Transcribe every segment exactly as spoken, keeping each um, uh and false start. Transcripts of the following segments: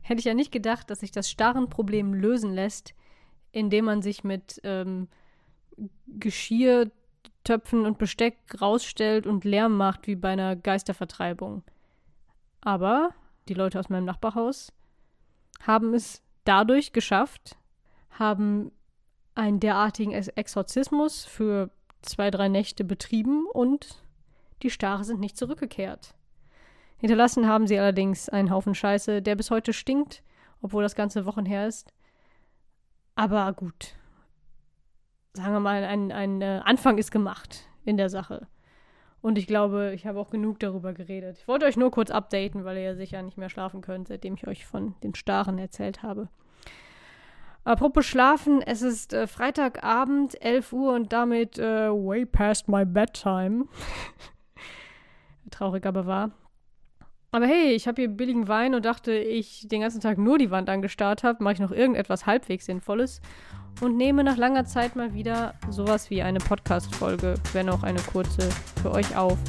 hätte ich ja nicht gedacht, dass sich das Starrenproblem lösen lässt, indem man sich mit ähm, Geschirrtöpfen und Besteck rausstellt und Lärm macht wie bei einer Geistervertreibung. Aber die Leute aus meinem Nachbarhaus haben es dadurch geschafft, haben einen derartigen Exorzismus für zwei, drei Nächte betrieben und die Stare sind nicht zurückgekehrt. Hinterlassen haben sie allerdings einen Haufen Scheiße, der bis heute stinkt, obwohl das ganze Wochen her ist. Aber gut, sagen wir mal, ein, ein äh, Anfang ist gemacht in der Sache. Und ich glaube, ich habe auch genug darüber geredet. Ich wollte euch nur kurz updaten, weil ihr ja sicher nicht mehr schlafen könnt, seitdem ich euch von den Staren erzählt habe. Apropos Schlafen, es ist äh, Freitagabend, elf Uhr und damit äh, way past my bedtime. Traurig aber wahr. Aber hey, ich habe hier billigen Wein und dachte, ich den ganzen Tag nur die Wand angestarrt habe, mache ich noch irgendetwas halbwegs Sinnvolles und nehme nach langer Zeit mal wieder sowas wie eine Podcast-Folge, wenn auch eine kurze, für euch auf.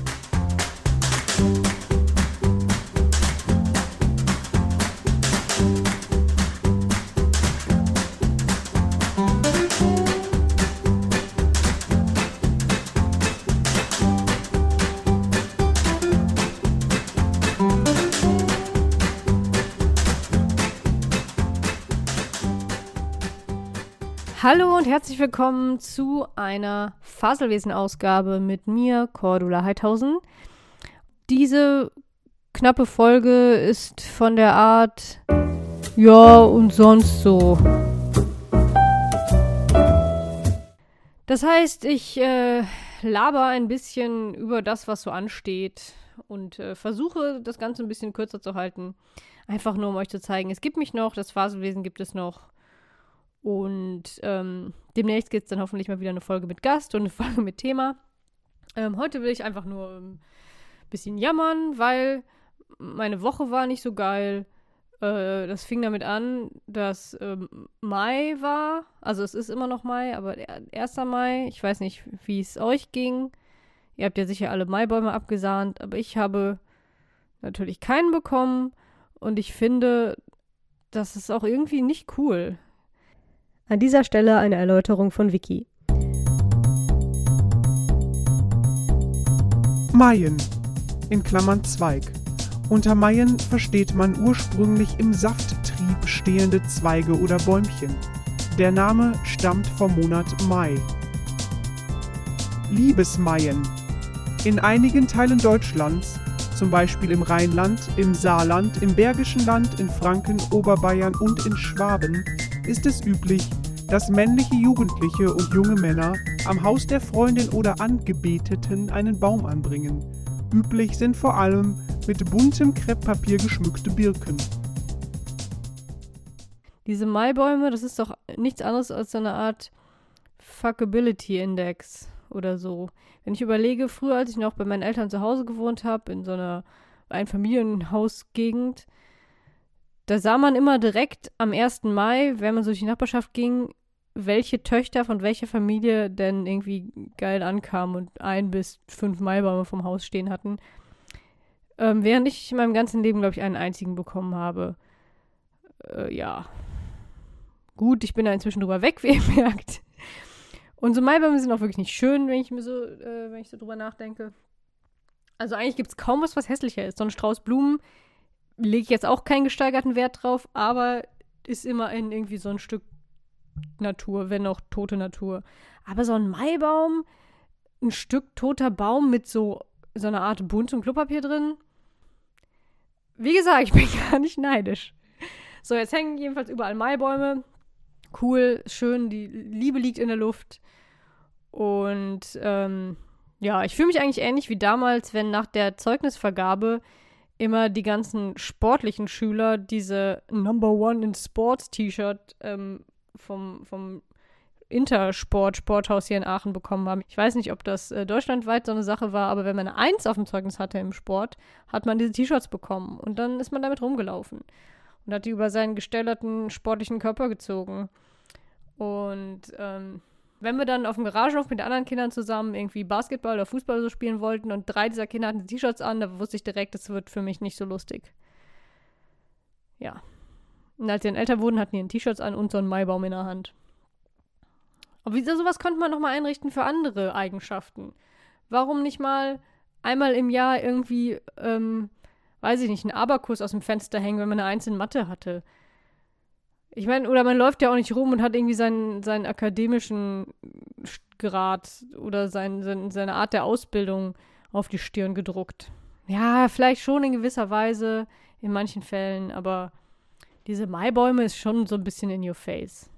Hallo und herzlich willkommen zu einer Faselwesen-Ausgabe mit mir, Cordula Heidhausen. Diese knappe Folge ist von der Art ja und sonst so. Das heißt, ich äh, laber ein bisschen über das, was so ansteht und äh, versuche, das Ganze ein bisschen kürzer zu halten. Einfach nur, um euch zu zeigen, es gibt mich noch, das Faselwesen gibt es noch. Und ähm, demnächst gibt es dann hoffentlich mal wieder eine Folge mit Gast und eine Folge mit Thema. Ähm, heute will ich einfach nur ein ähm, bisschen jammern, weil meine Woche war nicht so geil. Äh, das fing damit an, dass ähm, Mai war. Also es ist immer noch Mai, aber der erster Mai. Ich weiß nicht, wie es euch ging. Ihr habt ja sicher alle Maibäume abgesahnt, aber ich habe natürlich keinen bekommen. Und ich finde, das ist auch irgendwie nicht cool. An dieser Stelle eine Erläuterung von Vicky. Maien, in Klammern Zweig. Unter Maien versteht man ursprünglich im Safttrieb stehende Zweige oder Bäumchen. Der Name stammt vom Monat Mai. Liebesmaien. In einigen Teilen Deutschlands, zum Beispiel im Rheinland, im Saarland, im Bergischen Land, in Franken, Oberbayern und in Schwaben, ist es üblich, dass männliche Jugendliche und junge Männer am Haus der Freundin oder Angebeteten einen Baum anbringen. Üblich sind vor allem mit buntem Krepppapier geschmückte Birken. Diese Maibäume, das ist doch nichts anderes als so eine Art Fuckability-Index oder so. Wenn ich überlege, früher, als ich noch bei meinen Eltern zu Hause gewohnt habe, in so einer Einfamilienhausgegend, da sah man immer direkt am ersten Mai, wenn man so durch die Nachbarschaft ging, welche Töchter von welcher Familie denn irgendwie geil ankamen und ein bis fünf Maibäume vom Haus stehen hatten. Ähm, während ich in meinem ganzen Leben, glaube ich, einen einzigen bekommen habe. Äh, ja. Gut, ich bin da inzwischen drüber weg, wie ihr merkt. Und so Maibäume sind auch wirklich nicht schön, wenn ich mir so, äh, wenn ich so drüber nachdenke. Also eigentlich gibt es kaum was, was hässlicher ist. So ein Strauß Blumen lege ich jetzt auch keinen gesteigerten Wert drauf, aber ist immerhin irgendwie so ein Stück Natur, wenn auch tote Natur. Aber so ein Maibaum, ein Stück toter Baum mit so, so einer Art buntem Klopapier drin. Wie gesagt, ich bin gar nicht neidisch. So, jetzt hängen jedenfalls überall Maibäume. Cool, schön, die Liebe liegt in der Luft. Und ähm, ja, ich fühle mich eigentlich ähnlich wie damals, wenn nach der Zeugnisvergabe immer die ganzen sportlichen Schüler diese Number One in Sports T-Shirt ähm, vom, vom Intersport, Sporthaus hier in Aachen bekommen haben. Ich weiß nicht, ob das äh, deutschlandweit so eine Sache war, aber wenn man eine Eins auf dem Zeugnis hatte im Sport, hat man diese T-Shirts bekommen und dann ist man damit rumgelaufen und hat die über seinen gestellerten sportlichen Körper gezogen. Und ähm, wenn wir dann auf dem Garagenhof mit anderen Kindern zusammen irgendwie Basketball oder Fußball so spielen wollten und drei dieser Kinder hatten T-Shirts an, da wusste ich direkt, das wird für mich nicht so lustig. Ja. Und als sie dann älter wurden, hatten die ein T-Shirts an und so einen Maibaum in der Hand. Aber wieso sowas könnte man nochmal einrichten für andere Eigenschaften? Warum nicht mal einmal im Jahr irgendwie, ähm, weiß ich nicht, einen Abakus aus dem Fenster hängen, wenn man eine Eins in Mathe hatte? Ich meine, oder man läuft ja auch nicht rum und hat irgendwie seinen, seinen akademischen Grad oder sein, sein, seine Art der Ausbildung auf die Stirn gedruckt. Ja, vielleicht schon in gewisser Weise, in manchen Fällen, aber diese Maibäume ist schon so ein bisschen in your face.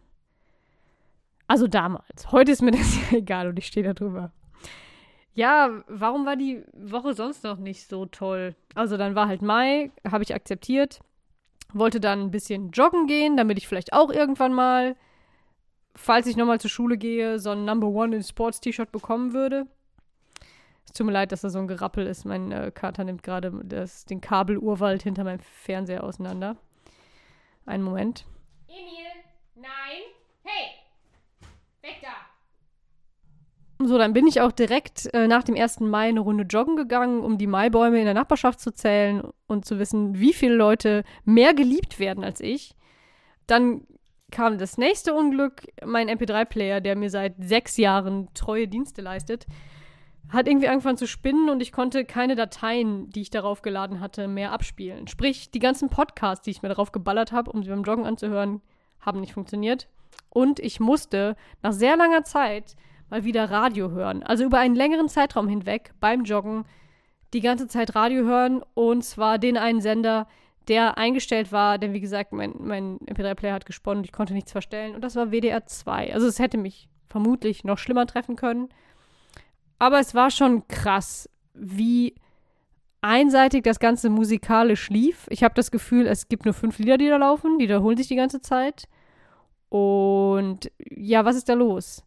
Also damals. Heute ist mir das ja egal und ich stehe da drüber. Ja, warum war die Woche sonst noch nicht so toll? Also dann war halt Mai, habe ich akzeptiert. Wollte dann ein bisschen joggen gehen, damit ich vielleicht auch irgendwann mal, falls ich nochmal zur Schule gehe, so ein Number One in Sports T-Shirt bekommen würde. Es tut mir leid, dass da so ein Gerappel ist. Mein äh, Kater nimmt gerade den Kabelurwald hinter meinem Fernseher auseinander. Einen Moment. Emil, nein, hey, weg da. So, dann bin ich auch direkt äh, nach dem ersten Mai eine Runde joggen gegangen, um die Maibäume in der Nachbarschaft zu zählen und zu wissen, wie viele Leute mehr geliebt werden als ich. Dann kam das nächste Unglück. Mein M P drei Player, der mir seit sechs Jahren treue Dienste leistet, hat irgendwie angefangen zu spinnen und ich konnte keine Dateien, die ich darauf geladen hatte, mehr abspielen. Sprich, die ganzen Podcasts, die ich mir darauf geballert habe, um sie beim Joggen anzuhören, haben nicht funktioniert. Und ich musste nach sehr langer Zeit mal wieder Radio hören. Also über einen längeren Zeitraum hinweg beim Joggen die ganze Zeit Radio hören und zwar den einen Sender, der eingestellt war, denn wie gesagt, mein, mein M P drei Player hat gesponnen und ich konnte nichts verstellen und das war W D R zwei. Also es hätte mich vermutlich noch schlimmer treffen können. Aber es war schon krass, wie einseitig das Ganze musikalisch lief. Ich habe das Gefühl, es gibt nur fünf Lieder, die da laufen, die wiederholen sich die ganze Zeit. Und ja, was ist da los?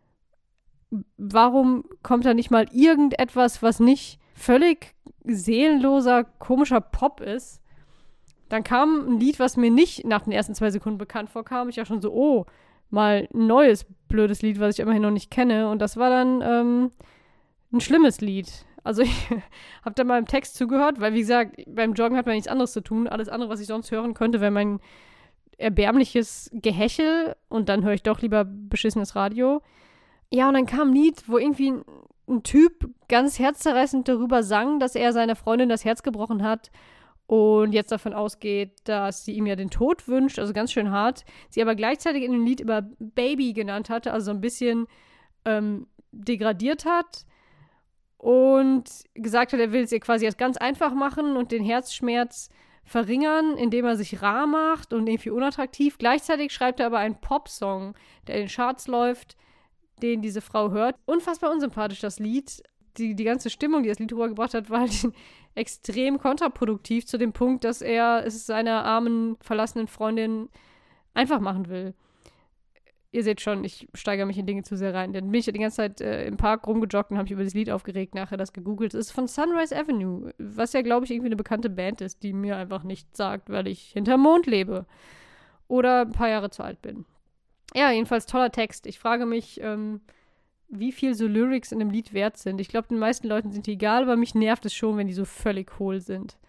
Warum kommt da nicht mal irgendetwas, was nicht völlig seelenloser, komischer Pop ist? Dann kam ein Lied, was mir nicht nach den ersten zwei Sekunden bekannt vorkam. Ich war schon so, oh, mal ein neues, blödes Lied, was ich immerhin noch nicht kenne. Und das war dann ähm, ein schlimmes Lied. Also ich habe da mal im Text zugehört, weil wie gesagt, beim Joggen hat man nichts anderes zu tun. Alles andere, was ich sonst hören könnte, wäre mein erbärmliches Gehechel. Und dann höre ich doch lieber beschissenes Radio. Ja, und dann kam ein Lied, wo irgendwie ein, ein Typ ganz herzzerreißend darüber sang, dass er seiner Freundin das Herz gebrochen hat und jetzt davon ausgeht, dass sie ihm ja den Tod wünscht, also ganz schön hart. Sie aber gleichzeitig in dem Lied immer Baby genannt hatte, also so ein bisschen ähm, degradiert hat und gesagt hat, er will es ihr quasi erst ganz einfach machen und den Herzschmerz verringern, indem er sich rar macht und irgendwie unattraktiv. Gleichzeitig schreibt er aber einen Popsong, der in den Charts läuft, den diese Frau hört. Unfassbar unsympathisch, das Lied. Die, die ganze Stimmung, die das Lied rübergebracht hat, war halt extrem kontraproduktiv zu dem Punkt, dass er es seiner armen, verlassenen Freundin einfach machen will. Ihr seht schon, ich steigere mich in Dinge zu sehr rein. Dann bin ich ja die ganze Zeit äh, im Park rumgejoggt und habe mich über das Lied aufgeregt, nachher das gegoogelt. Es ist von Sunrise Avenue, was ja, glaube ich, irgendwie eine bekannte Band ist, die mir einfach nichts sagt, weil ich hinterm Mond lebe. Oder ein paar Jahre zu alt bin. Ja, jedenfalls toller Text. Ich frage mich, ähm, wie viel so Lyrics in einem Lied wert sind. Ich glaube, den meisten Leuten sind die egal, aber mich nervt es schon, wenn die so völlig hohl sind.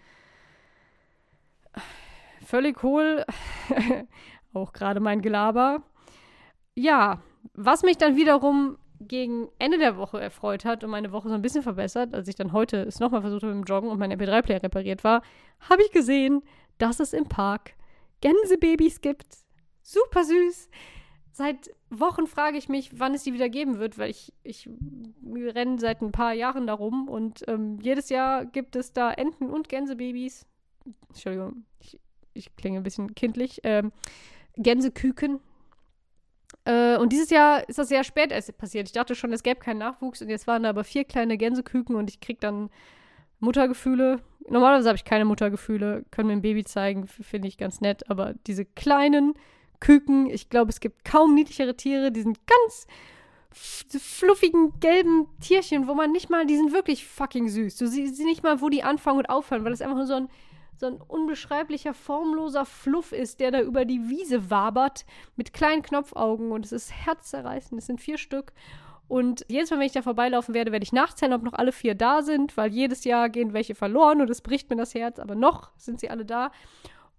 Völlig hohl, auch gerade mein Gelaber. Ja, was mich dann wiederum gegen Ende der Woche erfreut hat und meine Woche so ein bisschen verbessert, als ich dann heute es nochmal versucht habe mit dem Joggen und mein M P drei Player repariert war, habe ich gesehen, dass es im Park Gänsebabys gibt. Super süß. Seit Wochen frage ich mich, wann es die wieder geben wird, weil ich, ich renne seit ein paar Jahren da rum und ähm, jedes Jahr gibt es da Enten und Gänsebabys. Entschuldigung, ich, ich klinge ein bisschen kindlich. Ähm, Gänseküken. Äh, und dieses Jahr ist das sehr spät erst passiert. Ich dachte schon, es gäbe keinen Nachwuchs und jetzt waren da aber vier kleine Gänseküken und ich kriege dann Muttergefühle. Normalerweise habe ich keine Muttergefühle, können mir ein Baby zeigen, finde ich ganz nett, aber diese kleinen Küken, ich glaube, es gibt kaum niedlichere Tiere, die sind ganz f- fluffigen, gelben Tierchen, wo man nicht mal, die sind wirklich fucking süß. Du siehst nicht mal, wo die anfangen und aufhören, weil es einfach nur so ein, so ein unbeschreiblicher, formloser Fluff ist, der da über die Wiese wabert mit kleinen Knopfaugen und es ist herzzerreißend. Es sind vier Stück und jedes Mal, wenn ich da vorbeilaufen werde, werde ich nachzählen, ob noch alle vier da sind, weil jedes Jahr gehen welche verloren und es bricht mir das Herz, aber noch sind sie alle da.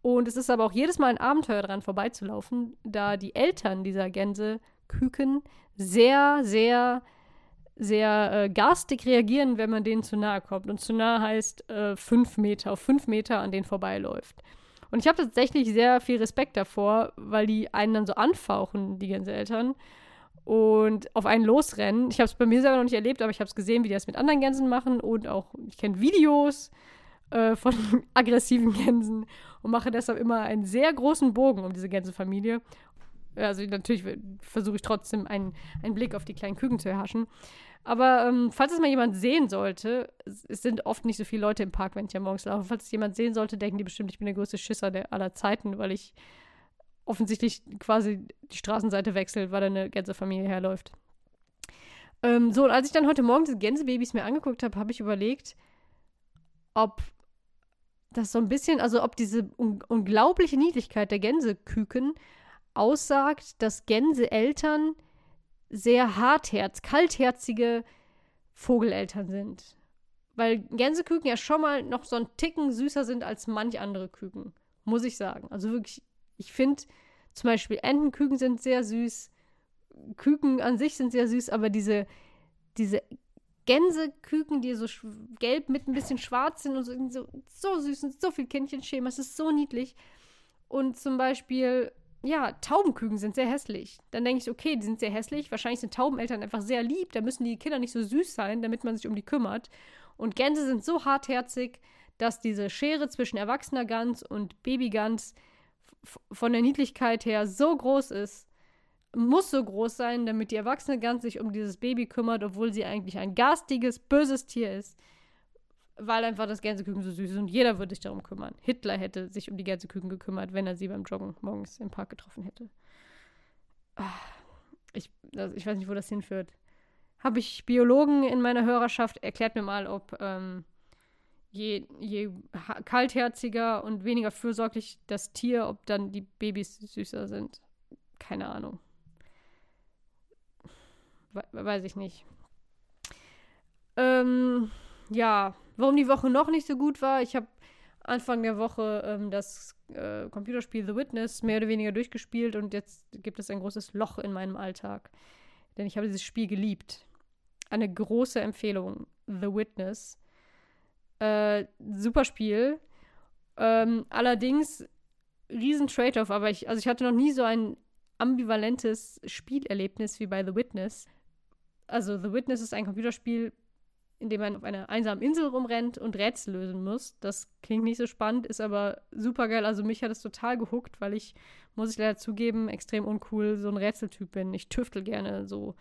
Und es ist aber auch jedes Mal ein Abenteuer dran vorbeizulaufen, da die Eltern dieser Gänseküken sehr, sehr, sehr äh, garstig reagieren, wenn man denen zu nahe kommt. Und zu nahe heißt äh, fünf Meter, auf fünf Meter an denen vorbeiläuft. Und ich habe tatsächlich sehr viel Respekt davor, weil die einen dann so anfauchen, die Gänseeltern, und auf einen losrennen. Ich habe es bei mir selber noch nicht erlebt, aber ich habe es gesehen, wie die das mit anderen Gänsen machen und auch, ich kenne Videos äh, von aggressiven Gänsen und mache deshalb immer einen sehr großen Bogen um diese Gänsefamilie. Also natürlich versuche ich trotzdem einen, einen Blick auf die kleinen Küken zu erhaschen. Aber ähm, falls es mal jemand sehen sollte, es, es sind oft nicht so viele Leute im Park, wenn ich ja morgens laufe, falls es jemand sehen sollte, denken die bestimmt, ich bin der größte Schisser der aller Zeiten, weil ich offensichtlich quasi die Straßenseite wechselt, weil da eine Gänsefamilie herläuft. Ähm, so, und als ich dann heute Morgen diese Gänsebabys mir angeguckt habe, habe ich überlegt, ob das so ein bisschen, also ob diese un- unglaubliche Niedlichkeit der Gänseküken aussagt, dass Gänseeltern sehr hartherz, kaltherzige Vogeleltern sind. Weil Gänseküken ja schon mal noch so einen Ticken süßer sind als manch andere Küken, muss ich sagen. Also wirklich, ich finde zum Beispiel Entenküken sind sehr süß, Küken an sich sind sehr süß, aber diese, diese Gänseküken, die so sch- gelb mit ein bisschen schwarz sind und so, so, so süß und so viel Kindchenschema, es ist so niedlich. Und zum Beispiel, ja, Taubenküken sind sehr hässlich. Dann denke ich, okay, die sind sehr hässlich, wahrscheinlich sind Taubeneltern einfach sehr lieb, da müssen die Kinder nicht so süß sein, damit man sich um die kümmert. Und Gänse sind so hartherzig, dass diese Schere zwischen erwachsener Gans und Babygans f- von der Niedlichkeit her so groß ist, muss so groß sein, damit die erwachsene Gans sich um dieses Baby kümmert, obwohl sie eigentlich ein garstiges, böses Tier ist, weil einfach das Gänseküken so süß ist und jeder würde sich darum kümmern. Hitler hätte sich um die Gänseküken gekümmert, wenn er sie beim Joggen morgens im Park getroffen hätte. Ich, also ich weiß nicht, wo das hinführt. Habe ich Biologen in meiner Hörerschaft, erklärt mir mal, ob ähm, je, je ha- kaltherziger und weniger fürsorglich das Tier, ob dann die Babys süßer sind. Keine Ahnung. We- weiß ich nicht. Ähm, ja, warum die Woche noch nicht so gut war, ich habe Anfang der Woche ähm, das äh, Computerspiel The Witness mehr oder weniger durchgespielt und jetzt gibt es ein großes Loch in meinem Alltag. Denn ich habe dieses Spiel geliebt. Eine große Empfehlung. The Witness. Äh, super Spiel. Ähm, allerdings riesen Trade-off, aber ich, also ich hatte noch nie so ein ambivalentes Spielerlebnis wie bei The Witness. Also The Witness ist ein Computerspiel, in dem man auf einer einsamen Insel rumrennt und Rätsel lösen muss. Das klingt nicht so spannend, ist aber super geil. Also mich hat es total gehuckt, weil ich, muss ich leider zugeben, extrem uncool so ein Rätseltyp bin. Ich tüftel gerne so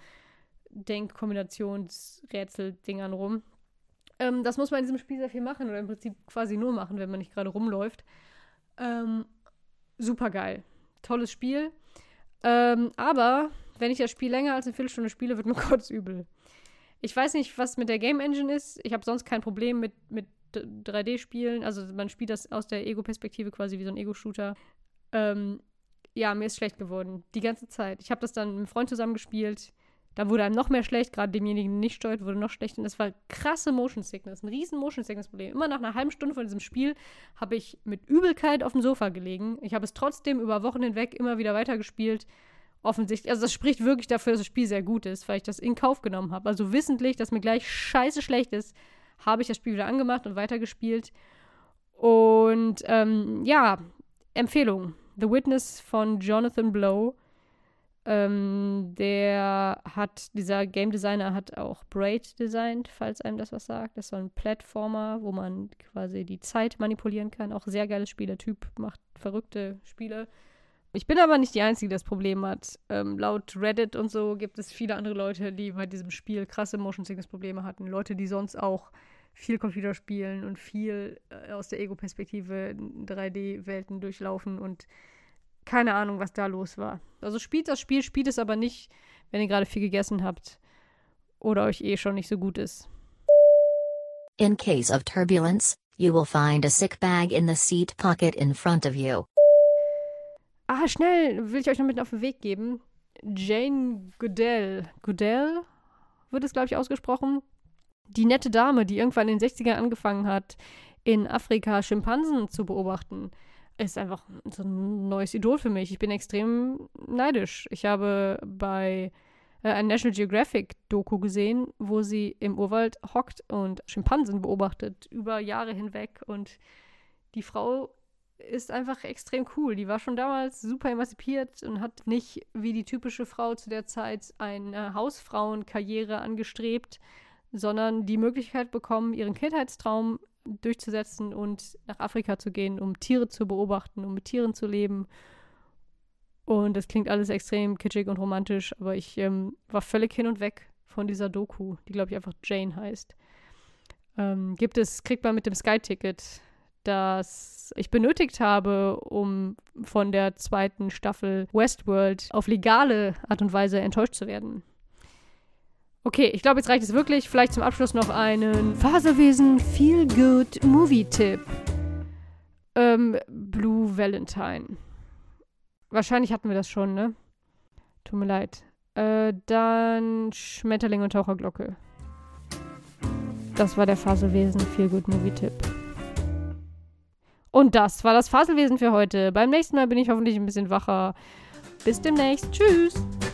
Denkkombinationsrätsel-Dingern rum. Ähm, das muss man in diesem Spiel sehr viel machen oder im Prinzip quasi nur machen, wenn man nicht gerade rumläuft. Ähm, super geil. Tolles Spiel. Ähm, aber wenn ich das Spiel länger als eine Viertelstunde spiele, wird mir kotzübel. Ich weiß nicht, was mit der Game Engine ist. Ich habe sonst kein Problem mit, mit drei D-Spielen. Also man spielt das aus der Ego-Perspektive quasi wie so ein Ego-Shooter. Ähm, ja, mir ist schlecht geworden. Die ganze Zeit. Ich habe das dann mit einem Freund zusammengespielt. Da wurde einem noch mehr schlecht. Gerade demjenigen, der nicht steuert, wurde noch schlechter. Und das war krasse Motion Sickness. Ein riesen Motion Sickness-Problem. Immer nach einer halben Stunde von diesem Spiel habe ich mit Übelkeit auf dem Sofa gelegen. Ich habe es trotzdem über Wochen hinweg immer wieder weitergespielt. Offensichtlich, also das spricht wirklich dafür, dass das Spiel sehr gut ist, weil ich das in Kauf genommen habe. Also wissentlich, dass mir gleich scheiße schlecht ist, habe ich das Spiel wieder angemacht und weitergespielt. Und ähm, ja, Empfehlung. The Witness von Jonathan Blow. Ähm, der hat, dieser Game Designer hat auch Braid designt, falls einem das was sagt. Das ist so ein Plattformer, wo man quasi die Zeit manipulieren kann. Auch sehr geiles Spiel. Der Typ macht verrückte Spiele. Ich bin aber nicht die Einzige, die das Problem hat. Ähm, laut Reddit und so gibt es viele andere Leute, die bei diesem Spiel krasse Motion-Sickness-Probleme hatten. Leute, die sonst auch viel Computer spielen und viel äh, aus der Ego-Perspektive drei D-Welten durchlaufen und keine Ahnung, was da los war. Also spielt das Spiel, spielt es aber nicht, wenn ihr gerade viel gegessen habt oder euch eh schon nicht so gut ist. In case of turbulence, you will find a sick bag in the seat pocket in front of you. Ah, schnell, will ich euch noch mit auf den Weg geben. Jane Goodell. Goodell wird es, glaube ich, ausgesprochen. Die nette Dame, die irgendwann in den sechzigern angefangen hat, in Afrika Schimpansen zu beobachten. ist einfach so ein neues Idol für mich. Ich bin extrem neidisch. Ich habe bei äh, ein National Geographic-Doku gesehen, wo sie im Urwald hockt und Schimpansen beobachtet über Jahre hinweg. Und die Frau ist einfach extrem cool. Die war schon damals super emanzipiert und hat nicht wie die typische Frau zu der Zeit eine Hausfrauenkarriere angestrebt, sondern die Möglichkeit bekommen, ihren Kindheitstraum durchzusetzen und nach Afrika zu gehen, um Tiere zu beobachten, um mit Tieren zu leben. Und das klingt alles extrem kitschig und romantisch, aber ich ähm, war völlig hin und weg von dieser Doku, die, glaube ich, einfach Jane heißt. Ähm, gibt es, kriegt man mit dem Sky-Ticket, das ich benötigt habe, um von der zweiten Staffel Westworld auf legale Art und Weise enttäuscht zu werden. Okay, ich glaube, jetzt reicht es wirklich. Vielleicht zum Abschluss noch einen Faserwesen Feel-Good Movie-Tipp. Ähm, Blue Valentine. Wahrscheinlich hatten wir das schon, ne? Tut mir leid. Äh, dann Schmetterling und Taucherglocke. Das war der Faselwesen Feel-Good Movie-Tipp. Und das war das Faselwesen für heute. Beim nächsten Mal bin ich hoffentlich ein bisschen wacher. Bis demnächst. Tschüss.